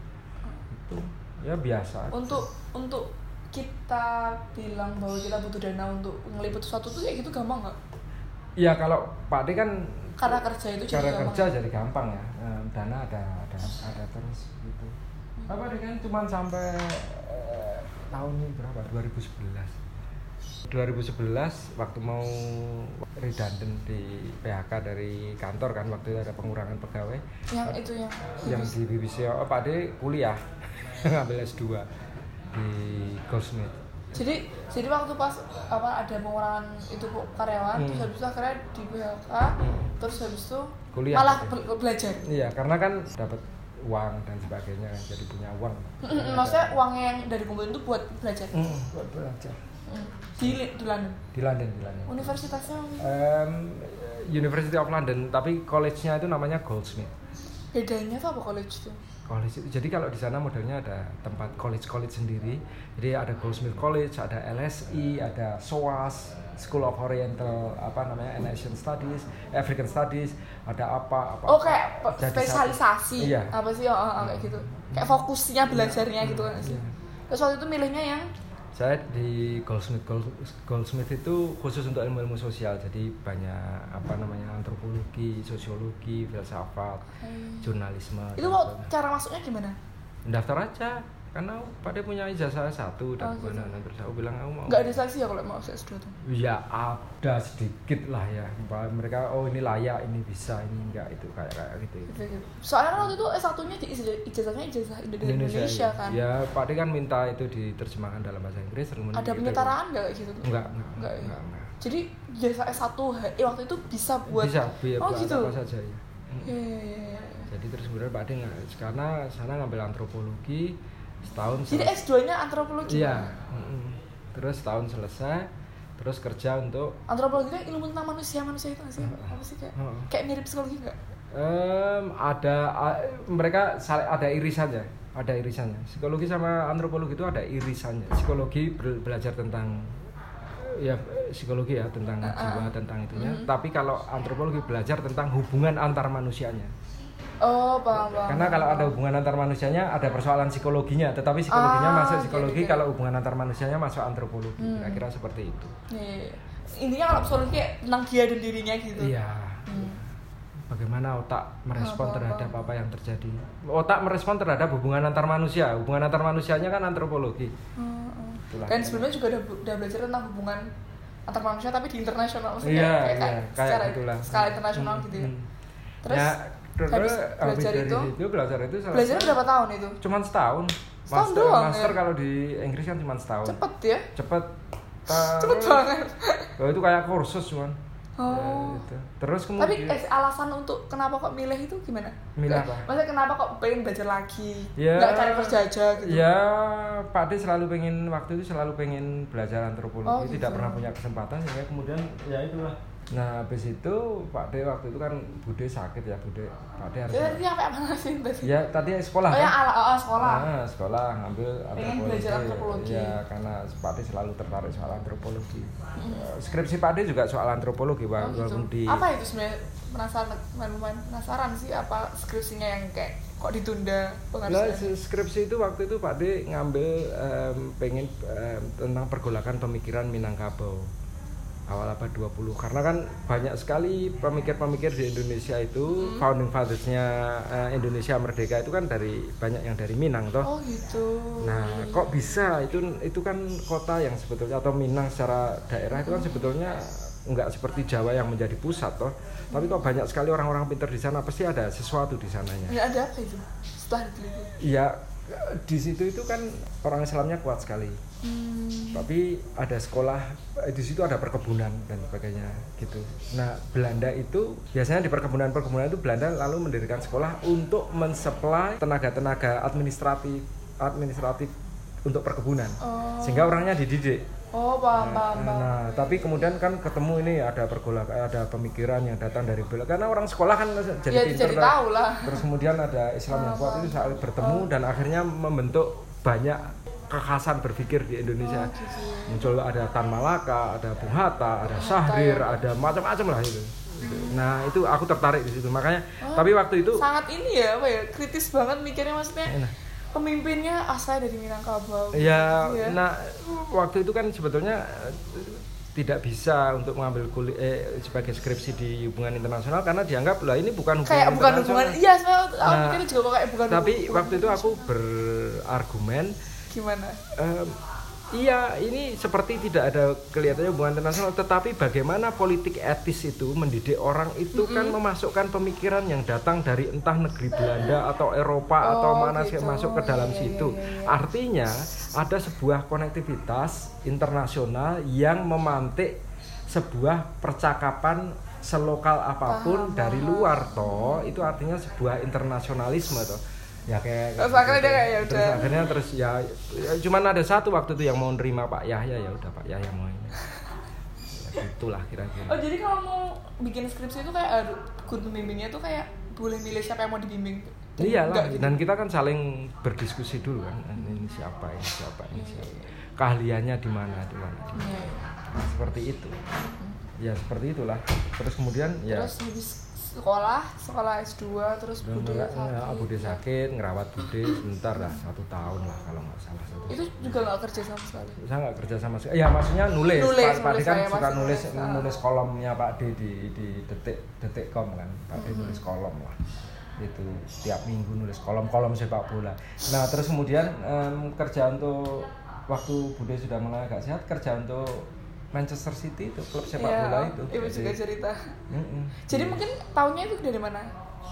Itu ya biasa. Untuk kita bilang bahwa kita butuh dana untuk ngeliput sesuatu tuh kayak gitu gampang nggak? Ya kalau Pak D kan karena kerja itu jadi gampang. Jadi gampang ya. Dana ada terus gitu. Apa D kan cuma sampai tahun ini berapa? 2011 waktu mau redundant di PHK dari kantor kan, waktu itu ada pengurangan pegawai. Yang di BBC. Pak D kuliah ngambil S2 di Goldsmith. Jadi waktu pas ada pengurangan itu karyawan, terus habis itu akhirnya di PHK, terus habis itu kuliah, malah belajar. Iya, karena kan dapat uang dan sebagainya, jadi punya uang. Maksudnya uang yang dari kumpulin itu buat belajar? Buat belajar. Di London? Di London. Universitasnya? University of London, tapi college-nya itu namanya Goldsmith. Bedanya tuh apa college itu? College itu, jadi kalau di sana modelnya ada tempat college sendiri. Jadi ada Goldsmith College, ada LSE, ada SOAS, School of Oriental and Asian Studies, African Studies, ada apa. Oh kayak spesialisasi. Iya. Apa sih kayak gitu. Kayak fokusnya belajarnya gitu kan sih. Terus waktu itu milihnya yang saya di Goldsmith itu khusus untuk ilmu sosial, jadi banyak antropologi, sosiologi, filsafat, jurnalisme. Itu mau cara masuknya gimana? Daftar aja, karena Pak D punya ijazah 1 dan gitu. Terus aku bilang aku mau. Nggak ada seleksi ya kalau mau S2 tuh? Ya ada sedikit lah ya, mereka ini layak, ini bisa, ini enggak, itu kayak gitu. Soalnya waktu itu S1-nya ijazahnya Indonesia kan? Ya Pak D kan minta itu diterjemahkan dalam bahasa Inggris. Ada penyetaraan nggak kayak gitu? Enggak. Jadi ijazah S1 waktu itu bisa buat? Bisa, gitu? Apa saja ya. Jadi terus kemudian Pak D karena sana ngambil antropologi setahun. Jadi S2-nya antropologi? Iya. Terus setahun selesai, terus kerja untuk antropologi itu ilmu tentang manusia itu nggak sih? Apa sih kayak mirip psikologi nggak? Mereka ada irisannya. Psikologi sama antropologi itu ada irisannya. Psikologi belajar tentang psikologi ya, tentang jiwa, tentang itunya. Tapi kalau antropologi belajar tentang hubungan antar manusianya. Oh, paham. Karena kalau ada hubungan antar manusianya ada persoalan psikologinya, tetapi psikologinya masuk psikologi, kalau hubungan antar manusianya masuk antropologi. Kira-kira seperti itu. Intinya kalau psikologi tentang dia dan dirinya gitu. Iya. Bagaimana otak merespon terhadap apa yang terjadi. Otak merespon terhadap hubungan antar manusia. Hubungan antar manusianya kan antropologi. Dan sebelumnya juga udah belajar tentang hubungan antar manusia tapi di internasional, maksudnya kayak secara skala internasional gitu ya. Terus belajar itu berapa tahun itu? Cuman setahun. Master kalau di Inggris kan cuma setahun. Cepet ya? Cepet banget. Itu kayak kursus cuman. Oh. Gitu. Terus Tapi kemudian alasan untuk kenapa kok milih itu gimana? milih apa? Maksudnya kenapa kok pengen belajar lagi? Ya, Nggak cari kerja aja gitu? Ya, Pak D selalu pengen waktu itu selalu pengen belajar antropologi, gitu. tidak pernah punya kesempatan sehingga kemudian ya itulah. Nah, habis itu Pak D waktu itu kan Bude sakit ya, Pak D harus. Jadi apa mana sih tadi? Ya, tadi sekolah Oh, kan? ya sekolah. Nah, sekolah ngambil Pengen belajar antropologi. Ya, karena Pak D selalu tertarik soal antropologi. Skripsi Pak D juga soal antropologi, walaupun gitu. Apa itu sebenarnya penasaran sih apa skripsinya yang kayak kok ditunda pengerjaannya? Skripsi itu waktu itu Pak D ngambil pengen tentang pergolakan pemikiran Minangkabau awal abad 20 karena kan banyak sekali pemikir-pemikir di Indonesia itu founding fathers-nya Indonesia merdeka itu kan banyak yang dari Minang toh. Oh gitu. Nah, kok bisa itu kan kota yang sebetulnya atau Minang secara daerah itu kan sebetulnya enggak seperti Jawa yang menjadi pusat toh. Tapi kok banyak sekali orang-orang pintar di sana, pasti ada sesuatu di sananya. Ya ada apa itu? Setelah diteliti. Iya, di situ itu kan orang Islamnya kuat sekali. Tapi ada sekolah di situ, ada perkebunan dan sebagainya gitu. Nah, Belanda itu biasanya di perkebunan-perkebunan itu Belanda lalu mendirikan sekolah untuk mensuplai tenaga-tenaga administratif untuk perkebunan. Sehingga orangnya dididik. Oh, paham. Nah, tapi kemudian kan ketemu ini ada pemikiran yang datang dari Belanda karena orang sekolah kan jadi pintar. Jadi tahu lah. Terus kemudian ada Islam yang kuat itu saling bertemu dan akhirnya membentuk banyak kekhasan berpikir di Indonesia. Muncul ada Tan Malaka, ada Bung Hatta, ada Syahrir, ada macam-macam lah itu. Nah, itu aku tertarik di situ. Makanya tapi waktu itu sangat ini ya, kritis banget mikirnya maksudnya. Pemimpinnya asal dari Minangkabau. Ya, nah waktu itu kan sebetulnya tidak bisa untuk mengambil sebagai skripsi di hubungan internasional karena dianggap lah ini bukan hubungan internasional. Iya, saya mikirnya juga kok kayak bukan. Tapi waktu itu aku berargumen gimana? Iya, ini seperti tidak ada kelihatannya hubungan internasional, tetapi bagaimana politik etis itu mendidik orang itu kan memasukkan pemikiran yang datang dari entah negeri Belanda atau Eropa atau mana sih masuk ke dalam situ. Artinya ada sebuah konektivitas internasional yang memantik sebuah percakapan selokal apapun dari luar toh, itu artinya sebuah internasionalisme toh. Ya kayak terus akhirnya dia kayak ya udah. Terus akhirnya ya cuman ada satu waktu itu yang mau nerima Pak Yahya, ya udah Pak Yahya mau ini. Ya itulah kira-kira. Oh, jadi kalau mau bikin skripsi itu kayak guru pembimbingnya tuh kayak boleh milih siapa yang mau dibimbing. Iyalah, gitu. Dan kita kan saling berdiskusi dulu kan. Ini siapa. Keahliannya di mana. Nah, seperti itu. Ya seperti itulah. Terus kemudian terus habis sekolah S2 terus Bude sakit, ngerawat Bude sebentar lah, 1 tahun lah kalau nggak salah. Itu juga nggak kerja sama sekali? Saya nggak kerja sama sekali. Ya maksudnya nulis Pak D kan suka nulis kolomnya Pak D di detik.com kan. Pak D nulis kolom lah. Itu tiap minggu nulis kolom sepak bola. Nah terus kemudian kerja untuk waktu Bude sudah mulai agak sehat, kerja untuk Manchester City itu klub sepak bola itu. Ibu juga cerita. Jadi mungkin tahunnya itu dari mana?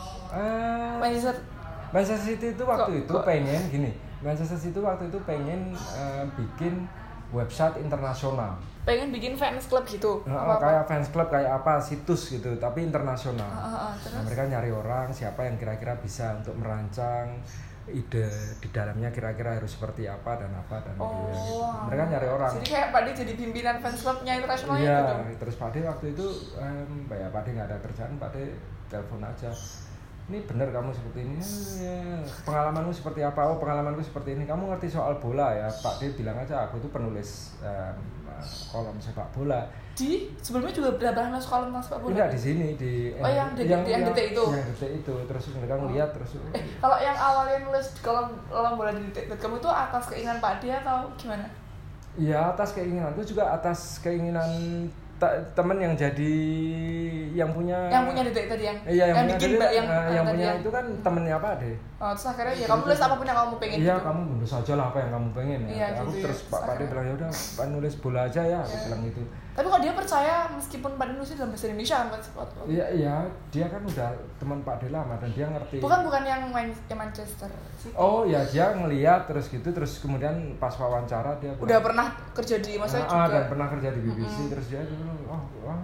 Manchester City itu waktu itu pengen gini. Manchester City waktu itu pengen bikin website internasional. Pengen bikin fans club gitu. Kayak fans club kayak apa situs gitu, tapi internasional. Nah, mereka nyari orang siapa yang kira-kira bisa untuk merancang ide di dalamnya kira-kira harus seperti apa dan mereka nyari orang. Jadi kayak Pak D jadi pimpinan fans clubnya internasionalnya gitu. Iya, terus Pak D waktu itu Pak D nggak ada kerjaan, Pak D telepon aja. Ini benar kamu seperti ini. Pengalamanmu seperti apa? Oh, pengalamanku seperti ini. Kamu ngerti soal bola ya? Pak D bilang aja aku itu penulis kolom sepak bola. Sebelumnya juga pernah nulis kolom tentang sepak bola? Enggak, di sini yang detik itu. Yang detik itu terus mereka ngeliat terus. Kalau yang awalnya nulis kolom bola di detik.com itu atas keinginan Pak D atau gimana? Iya, atas keinginan itu juga atas keinginan teman yang punya detik tadi yang bikin yang punya itu kan temennya Pak D. Terus akhirnya ya kamu nulis apapun yang kamu pengen. Iya, gitu. kamu nulis aja lah apa yang kamu pengen ya. Aku gitu terus ya. Pak D bilang ya udah Pak nulis bola aja ya, aku bilang gitu. Tapi kok dia percaya meskipun Pak D nulisnya dalam bahasa Indonesia kan Pak? Iya, dia kan udah teman Pak D lama dan dia ngerti. Bukan yang Manchester City. Oh ya, dia ngeliat terus gitu, terus kemudian pas wawancara dia udah pernah kerja di juga. Dan pernah kerja di BBC terus dia dulu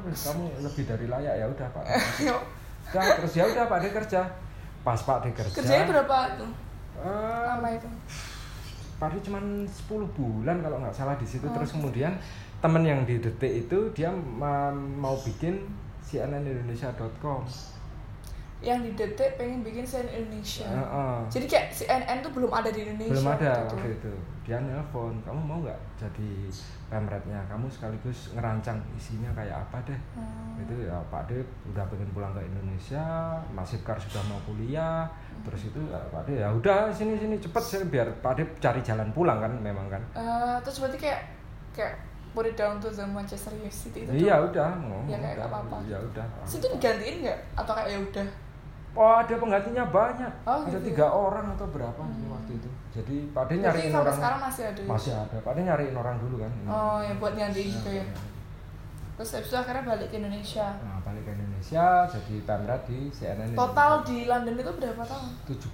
kamu lebih dari layak, ya udah Pak. Udah, terus ya udah Pak De kerja. Pas Pak De kerja. Kerjanya berapa tuh? Lama itu? Pak De cuma 10 bulan kalau nggak salah di situ. Terus kemudian temen yang di Detik itu dia mau bikin cnnindonesia.com. Yang di Detik pengen bikin CNN Indonesia. Jadi kayak CNN tuh belum ada di Indonesia. Belum ada waktu itu. Dia nelpon, kamu mau nggak jadi pemretnya? Kamu sekaligus ngerancang isinya kayak apa deh. Itu ya Pak De udah pengen pulang ke Indonesia, Mas Ifkar sudah mau kuliah. Terus itu ya, Pak De ya udah sini cepet biar Pak De cari jalan pulang kan memang kan. Terus berarti kayak put it down to the Manchester City itu. Iya udah. Ya kayak nggak apa-apa. Ya udah. Situ digantiin nggak? Atau kayak ya udah? Oh ada penggantinya banyak. Ada gitu 3 orang atau berapa waktu itu. Jadi Pak De nyariin orang. Sampai sekarang masih ada. Masih ada. Pak De nyariin orang dulu kan. Oh ya buat gantiin gitu ya. Terus habis itu akhirnya balik ke Indonesia. Nah, balik ke Indonesia jadi pemret di CNN. Total di London itu berapa tahun?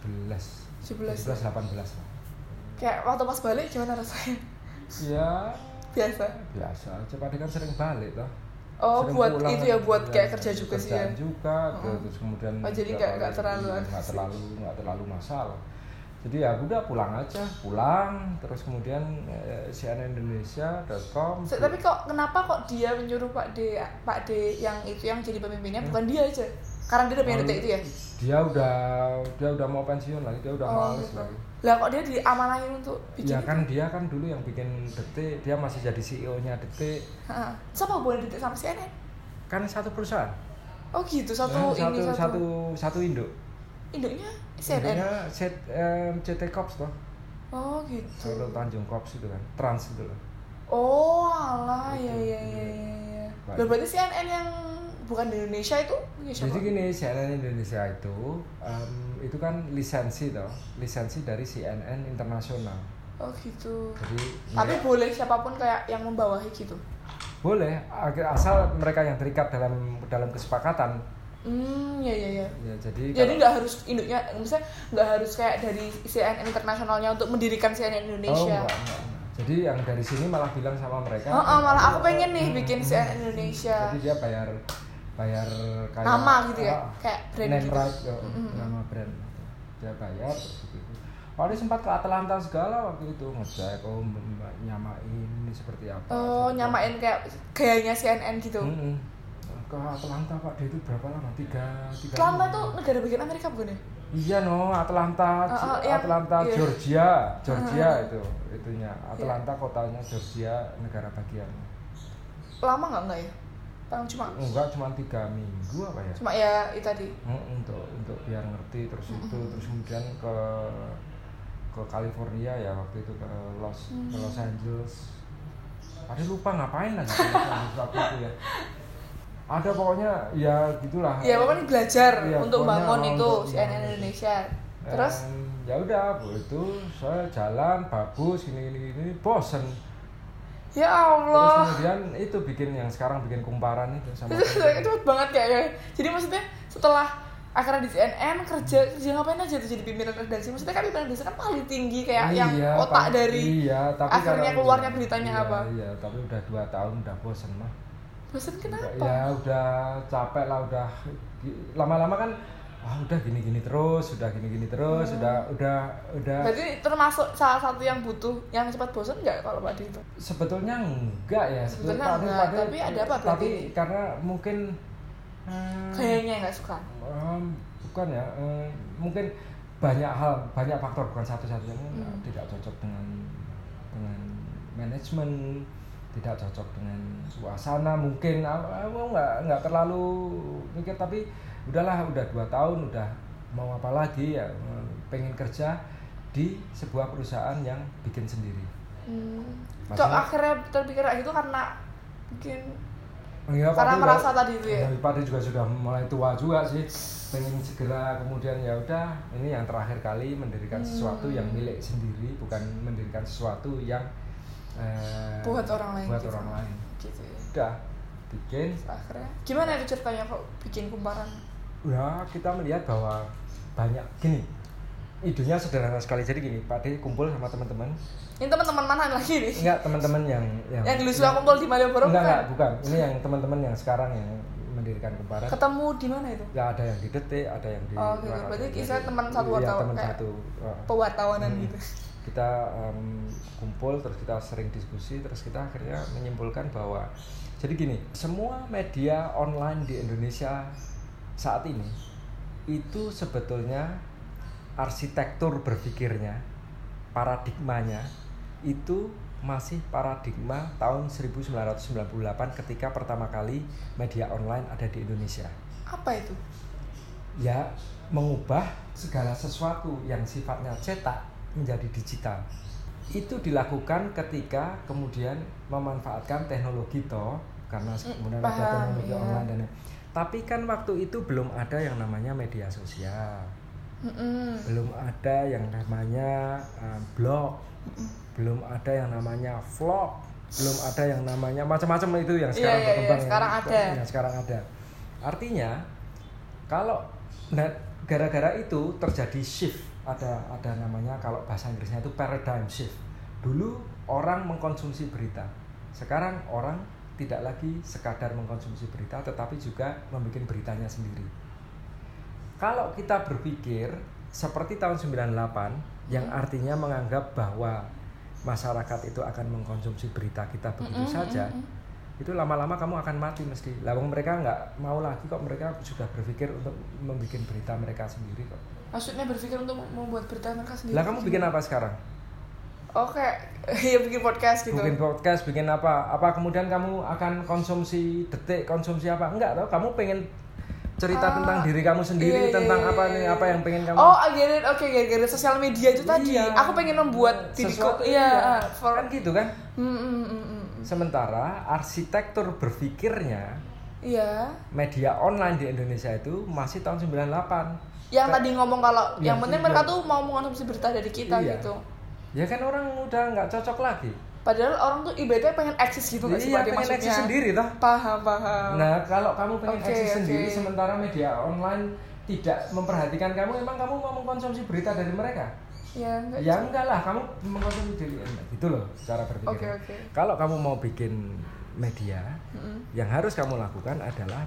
17 18 lah. Kayak waktu pas balik gimana rasanya? Ya biasa aja. Pak De kan sering balik toh. Oh sering buat pulang, itu ya buat kayak kerja juga sih ya. Juga terus kemudian jadi nggak terlalu masalah. Jadi ya udah pulang terus kemudian CNN Indonesia.com. Tapi kenapa dia menyuruh Pak D yang jadi pemimpinnya bukan dia aja? Karena dia udah punya Detik itu ya? Dia udah mau pensiun lagi, dia udah males gitu. lagi. Lah kok dia diamanahin untuk bikin? Ya kan dia kan dulu yang bikin Detik, dia masih jadi CEO-nya Detik. Siapa hubungan Detik sama CNN? Kan satu perusahaan. Oh gitu, satu induk. Induknya CNN? Induknya CT Corps toh. Oh gitu. Solo Tanjung Corps itu kan, Trans itu loh. Oh alah, ya. Berarti CNN yang bukan di Indonesia itu siapa? Jadi gini, CNN Indonesia itu kan lisensi dari CNN internasional. Oh gitu. Jadi tapi boleh siapapun kayak yang membawahi gitu. Boleh, asal mereka yang terikat dalam kesepakatan. Ya. Ya, jadi nggak harus induknya, misalnya nggak harus kayak dari CNN internasionalnya untuk mendirikan CNN Indonesia. Oh, enggak. Jadi yang dari sini malah bilang sama mereka. Malah aku pengen nih bikin CNN Indonesia. Jadi dia bayar kayak nama gitu ya, kayak brand name gitu. Right, nama brand. Dia bayar gitu. Dia sempat ke Atlanta segala waktu itu ngecek, nyamain ini seperti apa. Nyamain kayak gayanya CNN gitu. Ke Atlanta Pak De itu berapa lama? 3 Atlanta tuh negara bagian Amerika bukan ya? Iya Atlanta, Georgia itunya. Atlanta kotanya, Georgia negara bagian. Lama nggak ya? Cuma 3 minggu apa ya? Cuma ya itu tadi. Untuk biar ngerti terus kemudian ke California ya waktu itu ke Los Angeles. Ada lupa ngapain lagi waktu itu ya. Ada pokoknya ya gitulah. Ya pokoknya belajar untuk bangun itu CNN Indonesia. Terus ya udah itu saya jalan bagus gini bosen. Ya Allah. Terus kemudian itu bikin kumparan itu sama. Cepet banget kayaknya. Jadi maksudnya setelah akhirnya di CNN kerja ngapain aja tuh jadi pimpinan redaksi. Maksudnya kan pimpinan redaksi kan paling tinggi kayak yang otak dari. Tapi akhirnya keluarnya beritanya apa? Iya, tapi udah 2 tahun udah bosen mah. Bosen kenapa? Ya udah capek lah, udah lama-lama kan udah gini-gini terus, udah. Berarti termasuk salah satu yang butuh yang cepat bosen nggak kalau Pak itu? Sebetulnya enggak ya. Sebetulnya enggak, tapi ada apa berarti? Tapi karena mungkin kayaknya nggak suka. Bukan ya, mungkin banyak faktor, bukan satu-satunya. Tidak cocok dengan manajemen, tidak cocok dengan suasana, mungkin nggak terlalu mikir, tapi udahlah, udah 2 tahun, udah mau apa lagi ya, pengen kerja di sebuah perusahaan yang bikin sendiri. Kok akhirnya terpikir kayak gitu karena mungkin karena merasa tadi itu ya. Pak De juga sudah mulai tua juga sih, pengen segera kemudian ya udah, ini yang terakhir kali mendirikan sesuatu yang milik sendiri, bukan mendirikan sesuatu yang buat orang lain. Gitu ya. Udah bikin. Akhirnya gimana itu ceritanya kok bikin kumparan? Ya kita melihat bahwa banyak gini, idenya sederhana sekali. Jadi gini, Pak D kumpul sama teman-teman. Ini teman-teman mana lagi nih? Enggak, teman-teman yang dulu suka kumpul di Malioboro bukan. Ini yang teman-teman yang sekarang yang mendirikan Kumparan. Ketemu di mana itu? Ya ada yang di Detik, ada yang di berarti kisah teman satu wartawan pewartawanan gitu. Kita kumpul, terus kita sering diskusi, terus kita akhirnya menyimpulkan bahwa jadi gini, semua media online di Indonesia saat ini itu sebetulnya arsitektur berpikirnya, paradigmanya itu masih paradigma tahun 1998 ketika pertama kali media online ada di Indonesia. Apa itu? Ya, mengubah segala sesuatu yang sifatnya cetak menjadi digital. Itu dilakukan ketika kemudian memanfaatkan teknologi karena kemudian ada teknologi online dan tapi kan waktu itu belum ada yang namanya media sosial. Belum ada yang namanya blog. Belum ada yang namanya vlog, belum ada yang namanya macam-macam itu yang sekarang berkembang. Sekarang ada. Artinya kalau gara-gara itu terjadi shift, ada namanya kalau bahasa Inggrisnya itu paradigm shift. Dulu orang mengkonsumsi berita, sekarang orang tidak lagi sekadar mengkonsumsi berita, tetapi juga membuat beritanya sendiri. Kalau kita berpikir seperti tahun 98, yang artinya menganggap bahwa masyarakat itu akan mengkonsumsi berita kita begitu saja, itu lama-lama kamu akan mati mesti. Lalu mereka nggak mau lagi kok, mereka sudah berpikir untuk membuat berita mereka sendiri kok. Maksudnya berpikir untuk membuat berita mereka sendiri? Lah kamu bikin apa sekarang? Oke, ya bikin podcast gitu. Bikin podcast, bikin apa? Apa kemudian kamu akan konsumsi Detik, konsumsi apa? Enggak tau, kamu pengen cerita tentang diri kamu sendiri, tentang apa yang pengen kamu. Oh, I get it. Oke, gara-gara sosial media itu tadi. Aku pengen membuat diriku. Kan gitu kan? Sementara arsitektur berpikirnya media online di Indonesia itu masih tahun 98. Yang tadi ngomong kalau yang penting mereka tuh mau mengkonsumsi berita dari kita gitu. Ya kan orang udah nggak cocok lagi. Padahal orang tuh ibaratnya pengen eksis gitu nggak sih? Iya, pengen eksis sendiri toh. Paham. Nah, kalau kamu pengen eksis sendiri, sementara media online tidak memperhatikan kamu, emang kamu mau mengkonsumsi berita dari mereka? Ya enggak lah, kamu mengkonsumsi diri. Gitu loh cara berpikir. Kalau kamu mau bikin media, yang harus kamu lakukan adalah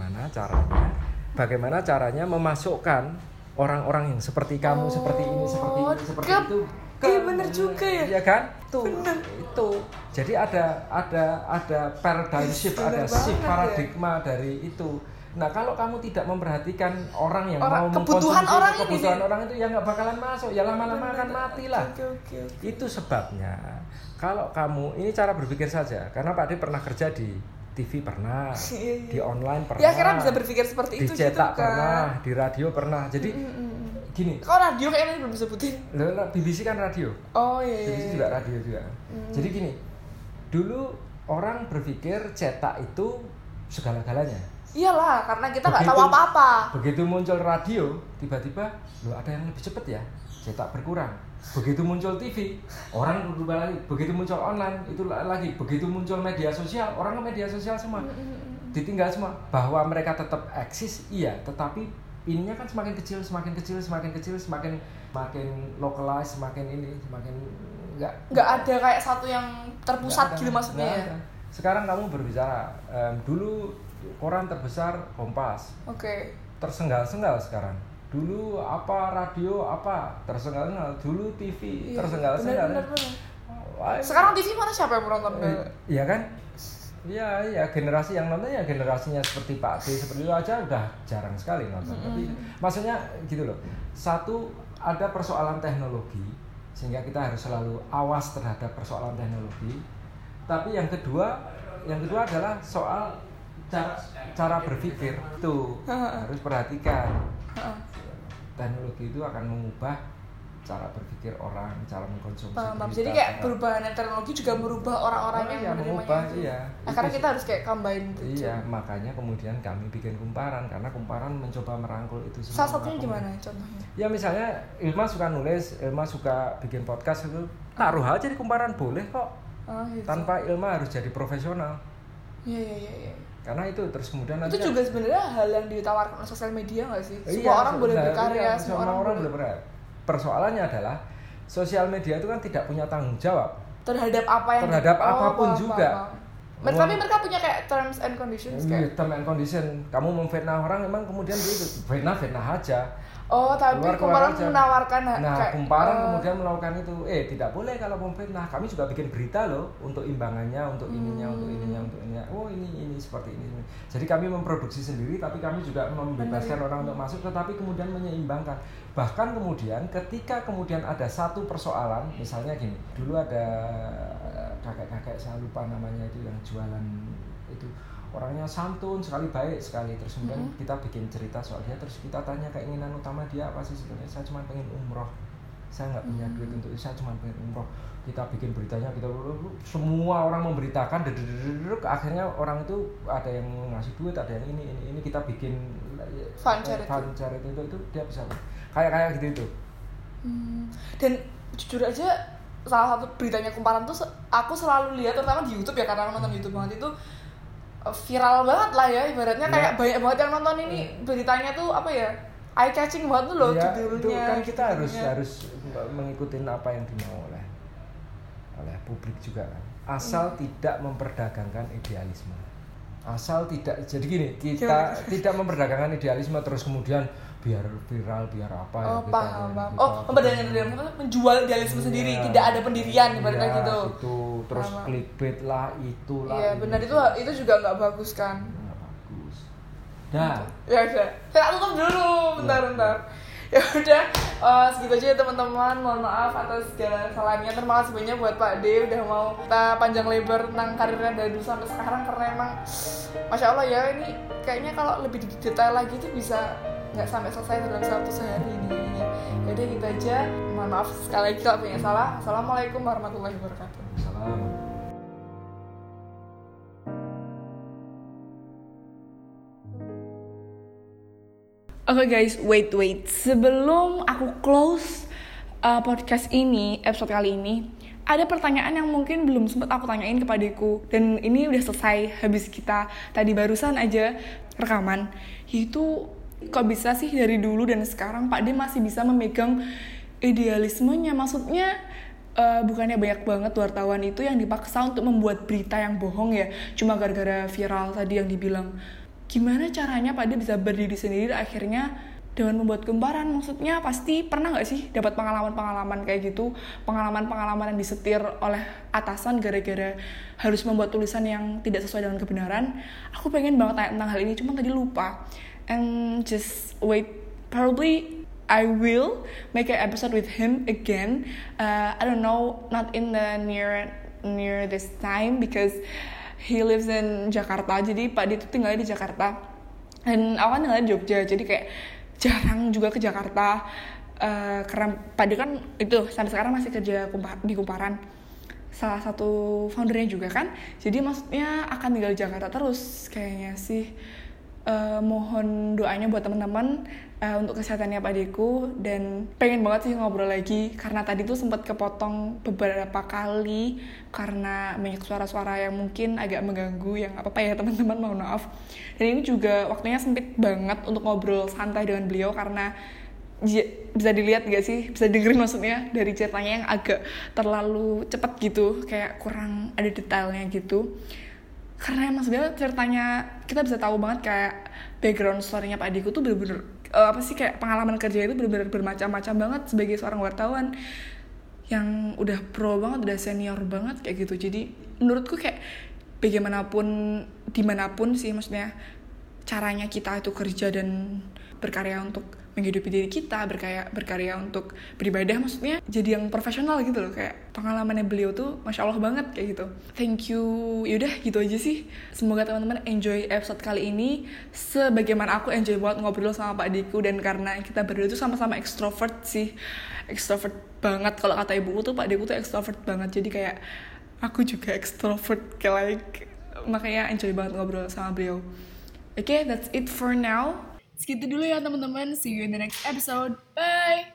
bagaimana caranya memasukkan orang-orang yang seperti kamu, seperti ini, seperti itu. Iya bener juga ya. Iya kan? Itu. Jadi ada paradigm shift, ada shift paradigma dari itu. Nah, kalau kamu tidak memperhatikan orang yang mau kebutuhan orang itu ya nggak bakalan masuk, ya lama-lama akan mati lah. Itu sebabnya kalau kamu, ini cara berpikir saja, karena Pak D pernah kerja di TV pernah, di online pernah. Ya akhirnya bisa berpikir seperti itu. Dicetak gitu, pernah, di radio pernah. Jadi gini. Kok radio kayaknya belum disebutin? BBC kan radio. Oh iya. BBC juga radio juga. Jadi gini, dulu orang berpikir cetak itu segala-galanya. Iyalah, karena kita nggak tahu apa-apa. Begitu muncul radio, tiba-tiba ada yang lebih cepat ya, cetak berkurang. Begitu muncul TV, orang berubah lagi. Begitu muncul online, itu lagi. Begitu muncul media sosial, orang ke media sosial semua. Ditinggal semua. Bahwa mereka tetap eksis, iya. Tetapi ininya kan semakin kecil, semakin localized, semakin nggak ada kayak satu yang terpusat gitu maksudnya ya. Sekarang kamu berbicara, dulu koran terbesar Kompas. Tersenggal-senggal sekarang. Dulu apa radio apa tersenggal-senggal. Dulu TV tersenggal-senggal. Sekarang TV mana siapa yang menonton? Iya kan? Ya generasi yang nonton ya generasinya seperti Pak D seperti itu aja udah jarang sekali nonton. Tapi maksudnya gitu loh. Satu, ada persoalan teknologi sehingga kita harus selalu awas terhadap persoalan teknologi. Tapi yang kedua adalah soal cara berpikir itu harus perhatikan. Teknologi itu akan mengubah cara berpikir orang, cara mengkonsumsi berita. Jadi kayak perubahan teknologi juga merubah orang-orangnya yang mengubah, iya. Karena kita harus kayak combine gitu. Iya, makanya kemudian kami bikin Kumparan karena Kumparan mencoba merangkul itu semua. Salah satunya gimana contohnya? Ya misalnya Ilma suka nulis, Ilma suka bikin podcast itu, taruh aja di Kumparan boleh kok. Gitu. Tanpa Ilma harus jadi profesional. Iya. Karena itu terus kemudian nanti itu juga sebenarnya hal yang ditawarkan oleh sosial media nggak sih? Semua orang boleh berkarya, semua orang boleh berkarya. persoalannya adalah sosial media itu kan tidak punya tanggung jawab terhadap apa yang apapun juga. Tapi mereka punya kayak terms and conditions kayak. Terms and condition. Kamu memfitnah orang memang kemudian itu fitnah aja. Tapi Kumparan menawarkan Kumparan kemudian melakukan itu. Tidak boleh kalau memfitnah. Kami juga bikin berita loh untuk imbangannya, untuk ininya. Oh, ini seperti ini. Jadi kami memproduksi sendiri tapi kami juga membebaskan orang untuk masuk tetapi kemudian menyeimbangkan. Bahkan kemudian ketika kemudian ada satu persoalan, misalnya gini, dulu ada kakek-kakek saya lupa namanya itu yang jualan itu orangnya santun sekali, baik sekali, terus kemudian kita bikin cerita soal dia, terus kita tanya keinginan utama dia apa sih sebenarnya. Saya cuma pengen umroh, saya nggak punya duit untuk itu, saya cuma pengen umroh. Kita bikin beritanya, kita semua orang memberitakan, akhirnya orang itu ada yang ngasih duit, ada yang ini kita bikin fun charity itu dia bisa kayak gitu itu. Dan jujur aja salah satu beritanya Kumparan tuh aku selalu lihat terutama di YouTube ya, karena aku nonton YouTube banget, itu viral banget lah ya ibaratnya, kayak banyak banget yang nonton ini. Beritanya tuh apa ya, eye catching banget tuh loh judulnya. Itu kan kita harus mengikuti apa yang dimau oleh publik juga kan. Asal tidak memperdagangkan idealisme. Asal tidak, jadi gini, kita tidak memperdagangkan idealisme terus kemudian biar viral, biar apa paham. Memperdagangkan idealisme, menjual idealisme sendiri, tidak ada pendirian ibaratnya gitu. Itu terus clickbait lah, itulah. Iya, benar, itu juga nggak bagus kan. Nggak bagus. Dah. Ya udah. Saya tutup dulu, bentar. Ya udah, segitu aja ya teman-teman. Mohon maaf atas segala kesalahannya. Terima kasih banyak buat Pak D udah mau kita panjang lebar tentang karirnya dari dulu sampai sekarang, karena emang Masya Allah ya, ini kayaknya kalau lebih detail lagi tuh bisa nggak sampai selesai dalam satu sehari ini. Ya udah gitu aja. Mohon maaf sekali lagi kalau punya salah. Assalamualaikum warahmatullahi wabarakatuh. Salam. Oke guys, wait. Sebelum aku close podcast ini, episode kali ini, ada pertanyaan yang mungkin belum sempat aku tanyain kepadaku, dan ini udah selesai habis kita tadi barusan aja rekaman. Yaitu, kok bisa sih dari dulu dan sekarang Pak D masih bisa memegang idealismenya? Maksudnya bukannya banyak banget wartawan itu yang dipaksa untuk membuat berita yang bohong ya, cuma gara-gara viral tadi yang dibilang. Gimana caranya Pak D bisa berdiri sendiri akhirnya dengan membuat Kumparan? Maksudnya pasti pernah gak sih dapat pengalaman-pengalaman kayak gitu, pengalaman-pengalaman yang disetir oleh atasan gara-gara harus membuat tulisan yang tidak sesuai dengan kebenaran. Aku pengen banget tanya tentang hal ini, cuma tadi lupa. And just wait, probably I will make an episode with him again. I don't know, not in the near this time because he lives in Jakarta. Jadi Pak D itu tinggalnya di Jakarta dan aku kan tinggalnya di Jogja, jadi kayak jarang juga ke Jakarta. Karena Pak D kan itu sampai sekarang masih kerja di Kumparan, salah satu foundernya juga kan. Jadi maksudnya akan tinggal di Jakarta terus kayaknya sih. Mohon doanya buat teman-teman untuk kesehatannya Pak Deku, dan pengen banget sih ngobrol lagi karena tadi tuh sempat kepotong beberapa kali karena banyak suara-suara yang mungkin agak mengganggu, yang apa-apa ya teman-teman, mohon maaf. Dan ini juga waktunya sempit banget untuk ngobrol santai dengan beliau karena bisa dilihat gak sih, bisa dengerin maksudnya dari ceritanya yang agak terlalu cepat gitu, kayak kurang ada detailnya gitu. Karena emang sebenarnya ceritanya kita bisa tahu banget kayak background story-nya Pak Diku tuh bener-bener kayak pengalaman kerja itu bener-bener bermacam-macam banget sebagai seorang wartawan yang udah pro banget, udah senior banget kayak gitu. Jadi menurutku kayak bagaimanapun, dimanapun sih maksudnya caranya kita itu kerja dan berkarya untuk menghidupi diri kita, berkarya untuk beribadah, maksudnya jadi yang profesional gitu loh. Kayak pengalamannya beliau tuh Masya Allah banget kayak gitu. Thank you. Yaudah gitu aja sih. Semoga teman-teman enjoy episode kali ini sebagaimana aku enjoy banget ngobrol sama Pak Diku. Dan karena kita berdua tuh sama-sama extrovert sih, extrovert banget. Kalau kata ibuku tuh Pak Diku tuh extrovert banget, jadi kayak aku juga extrovert makanya enjoy banget ngobrol sama beliau. Okay, that's it for now. Segitu dulu ya teman-teman. See you in the next episode. Bye!